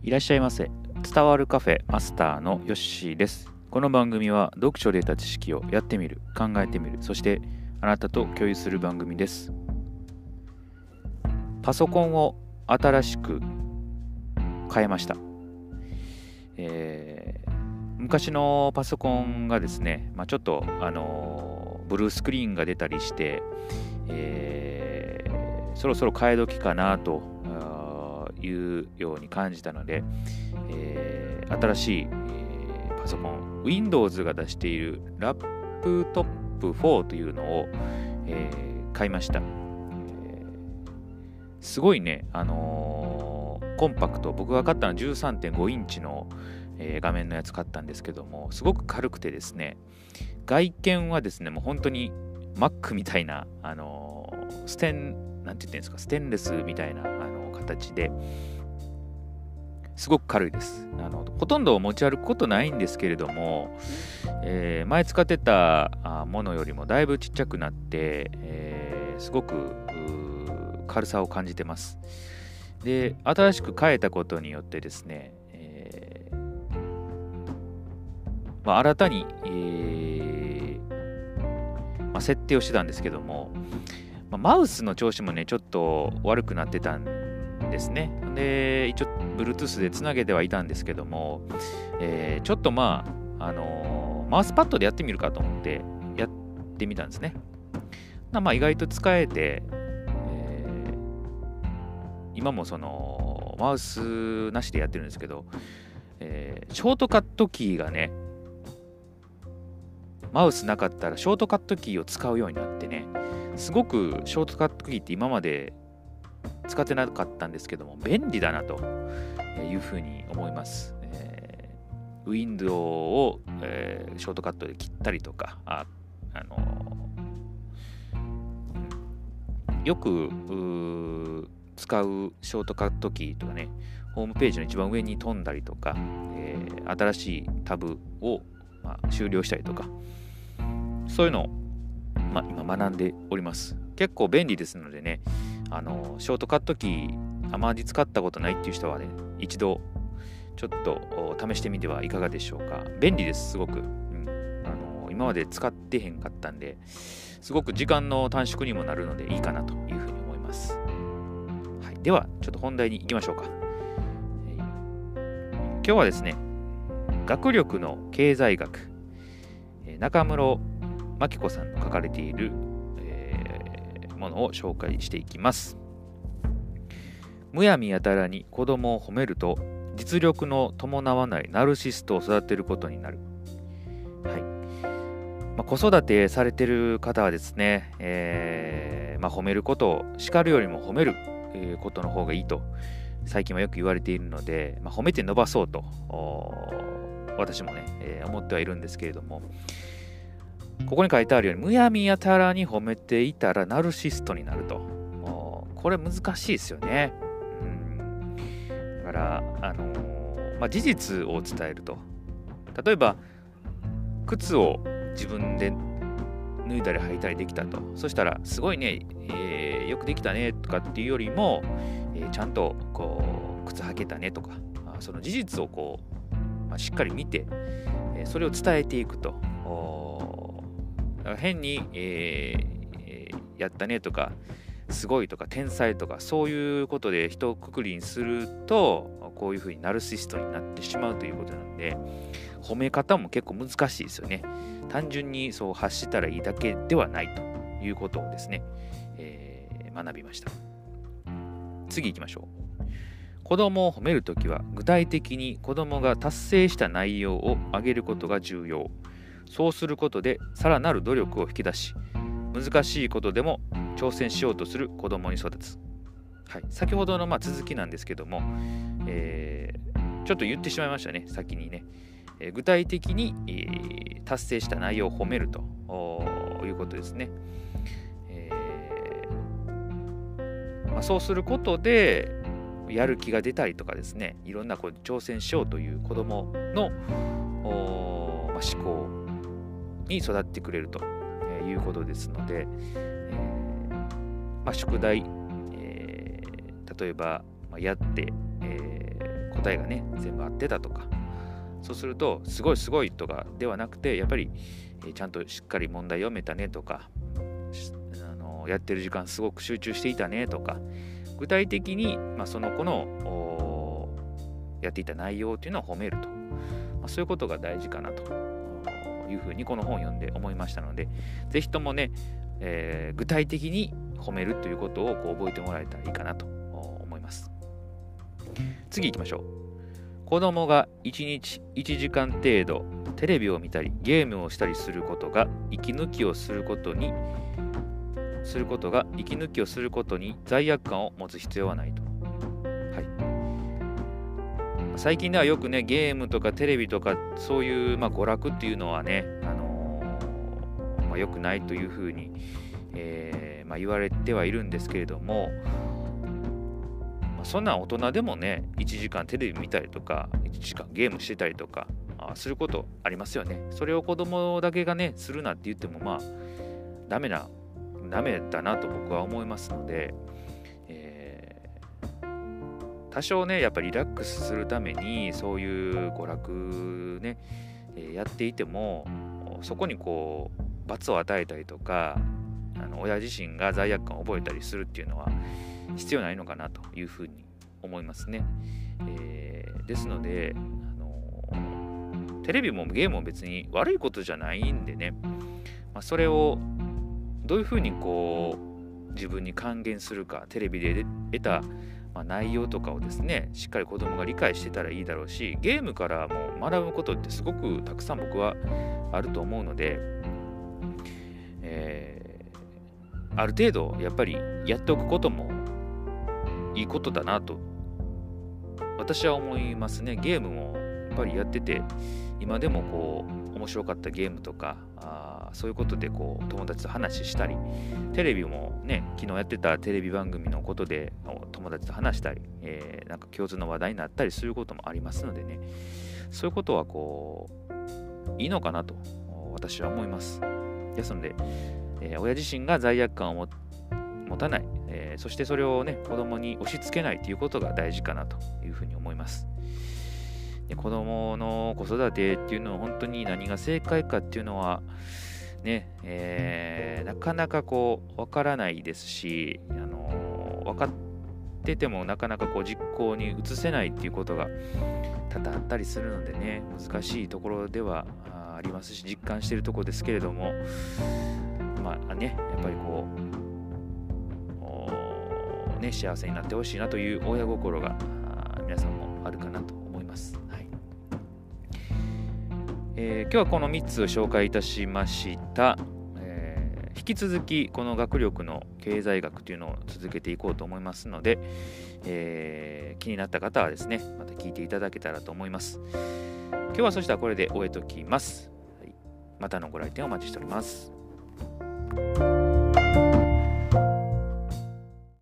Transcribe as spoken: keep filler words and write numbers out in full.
いらっしゃいませ。伝わるカフェマスターのヨッシーです。この番組は読書で得た知識をやってみる、考えてみる、そしてあなたと共有する番組です。パソコンを新しく変えました。えー、昔のパソコンがですね、まあ、ちょっと、あのー、ブルースクリーンが出たりして、えー、そろそろ替え時かなというように感じたので、えー、新しい、えー、パソコン Windows が出しているラップトップフォーというのを、えー、買いました、えー、すごいね、あのー、コンパクト。僕が買ったのは じゅうさんてんご インチの、えー、画面のやつ買ったんですけども、すごく軽くてですね、外見はですね、もう本当に Mac みたいな、あのー、ステンなんて言ってんですか、ステンレスみたいな、あの形ですごく軽いです。あのほとんど持ち歩くことないんですけれども、えー、前使ってたものよりもだいぶちっちゃくなって、えー、すごく軽さを感じてます。で、新しく変えたことによってですね、えーまあ、新たに、えーまあ、設定をしてたんですけども、まあ、マウスの調子もねちょっと悪くなってたんですね。で、一応 Bluetooth でつなげてはいたんですけども、えー、ちょっとまあ、あのー、マウスパッドでやってみるかと思ってやってみたんですね。まあ意外と使えて、えー、今もそのマウスなしでやってるんですけど、えー、ショートカットキーがね、マウスなかったらショートカットキーを使うようになってね、すごくショートカットキーって今まで使ってなかったんですけども、便利だなというふうに思います。えー、ウィンドウを、えー、ショートカットで切ったりとか、あ、あのー、よく使うショートカットキーとかね、ホームページの一番上に飛んだりとか、えー、新しいタブを、まあ、終了したりとか、そういうのを、まあ、今学んでおります。結構便利ですのでね、あのショートカットキーあまり使ったことないっていう人はね、一度ちょっと試してみてはいかがでしょうか。便利です、すごく、うん、あの今まで使ってへんかったんで、すごく時間の短縮にもなるのでいいかなというふうに思います。はい、ではちょっと本題に行きましょうか。えー、今日はですね、学力の経済学、中室真紀子さんの書かれているものを紹介していきます。むやみやたらに子供を褒めると実力の伴わないナルシストを育てることになる。はい。まあ、子育てされてる方はですね、えーまあ、褒めることを叱るよりも褒めることの方がいいと最近はよく言われているので、まあ、褒めて伸ばそうと私もね、えー、思ってはいるんですけれども、ここに書いてあるように、むやみやたらに褒めていたらナルシストになると。これ難しいですよね。うん、だから、あのーまあ、事実を伝えると。例えば、靴を自分で脱いだり履いたりできたと。そしたら、すごいね、えー、よくできたねとかっていうよりも、えー、ちゃんとこう靴履けたねとか、その事実をこう、まあ、しっかり見て、えー、それを伝えていくと。変に、えー、やったねとかすごいとか天才とかそういうことで人をくくりにするとこういうふうにナルシストになってしまうということなんで、褒め方も結構難しいですよね。単純にそう発したらいいだけではないということをですね、えー、学びました。次行きましょう。子供を褒めるときは具体的に子供が達成した内容を挙げることが重要。そうすることでさらなる努力を引き出し、難しいことでも挑戦しようとする子供に育つ。はい、先ほどのまあ続きなんですけども、えー、ちょっと言ってしまいましたね、先にね。えー、具体的に、えー、達成した内容を褒めるということですね。えーまあ、そうすることでやる気が出たりとかですね、いろんなこう挑戦しようという子供の、まあ、思考に育ってくれるということですので、えーまあ、宿題、えー、例えば、まあ、やって、えー、 答えがね全部合ってたとか、そうするとすごいすごいとかではなくて、やっぱり、えー、ちゃんとしっかり問題読めたねとか、あのやってる時間すごく集中していたねとか、具体的に、まあ、その子のやっていた内容というのを褒めると、まあ、そういうことが大事かなというふうにこの本を読んで思いましたので、ぜひともね、えー、具体的に褒めるということをこう覚えてもらえたらいいかなと思います。次行きましょう。子供がいちにちいちじかん程度テレビを見たりゲームをしたりすることが息抜きをすることにすることが息抜きをすることに罪悪感を持つ必要はないと。はい。最近ではよくね、ゲームとかテレビとかそういう、まあ、娯楽っていうのはね、あのーまあ、良くないというふうに、えーまあ、言われてはいるんですけれども、まあ、そんな大人でもね、いちじかんテレビ見たりとかいちじかんゲームしてたりとかあすることありますよね。それを子供だけがねするなって言ってもまあダメなダメだなと僕は思いますので、えー、多少ねやっぱりリラックスするためにそういう娯楽ね、えー、やっていても、そこにこう罰を与えたりとか、あの親自身が罪悪感を覚えたりするっていうのは必要ないのかなというふうに思いますね。えー、ですので、あのー、テレビもゲームも別に悪いことじゃないんでね、まあ、それをどういうふうにこう自分に還元するか、テレビで得た、まあ、内容とかをですねしっかり子供が理解してたらいいだろうし、ゲームからも学ぶことってすごくたくさん僕はあると思うので、えー、ある程度やっぱりやっておくこともいいことだなと私は思いますね。ゲームもやっぱりやってて今でもこう面白かったゲームとかあそういうことでこう友達と話したり、テレビもね昨日やってたテレビ番組のことで友達と話したり、えー、なんか共通の話題になったりすることもありますのでね、そういうことはこういいのかなと私は思います。ですので、えー、親自身が罪悪感を持持たない、えー、そしてそれをね子供に押し付けないということが大事かなというふうに思います。で子供の子育てっていうのは本当に何が正解かっていうのはね、えー、なかなかこうわからないですし、あのー、分かっててもなかなかこう実行に移せないっていうことが多々あったりするのでね、難しいところではありますし、実感しているところですけれども、まあねやっぱりこうね、幸せになってほしいなという親心が皆さんもあるかなと思います。はい。えー、今日はこのみっつを紹介いたしました。えー、引き続きこの学力の経済学というのを続けていこうと思いますので、えー、気になった方はですねまた聞いていただけたらと思います。今日はそしたらこれで終えときます。はい、またのご来店お待ちしております。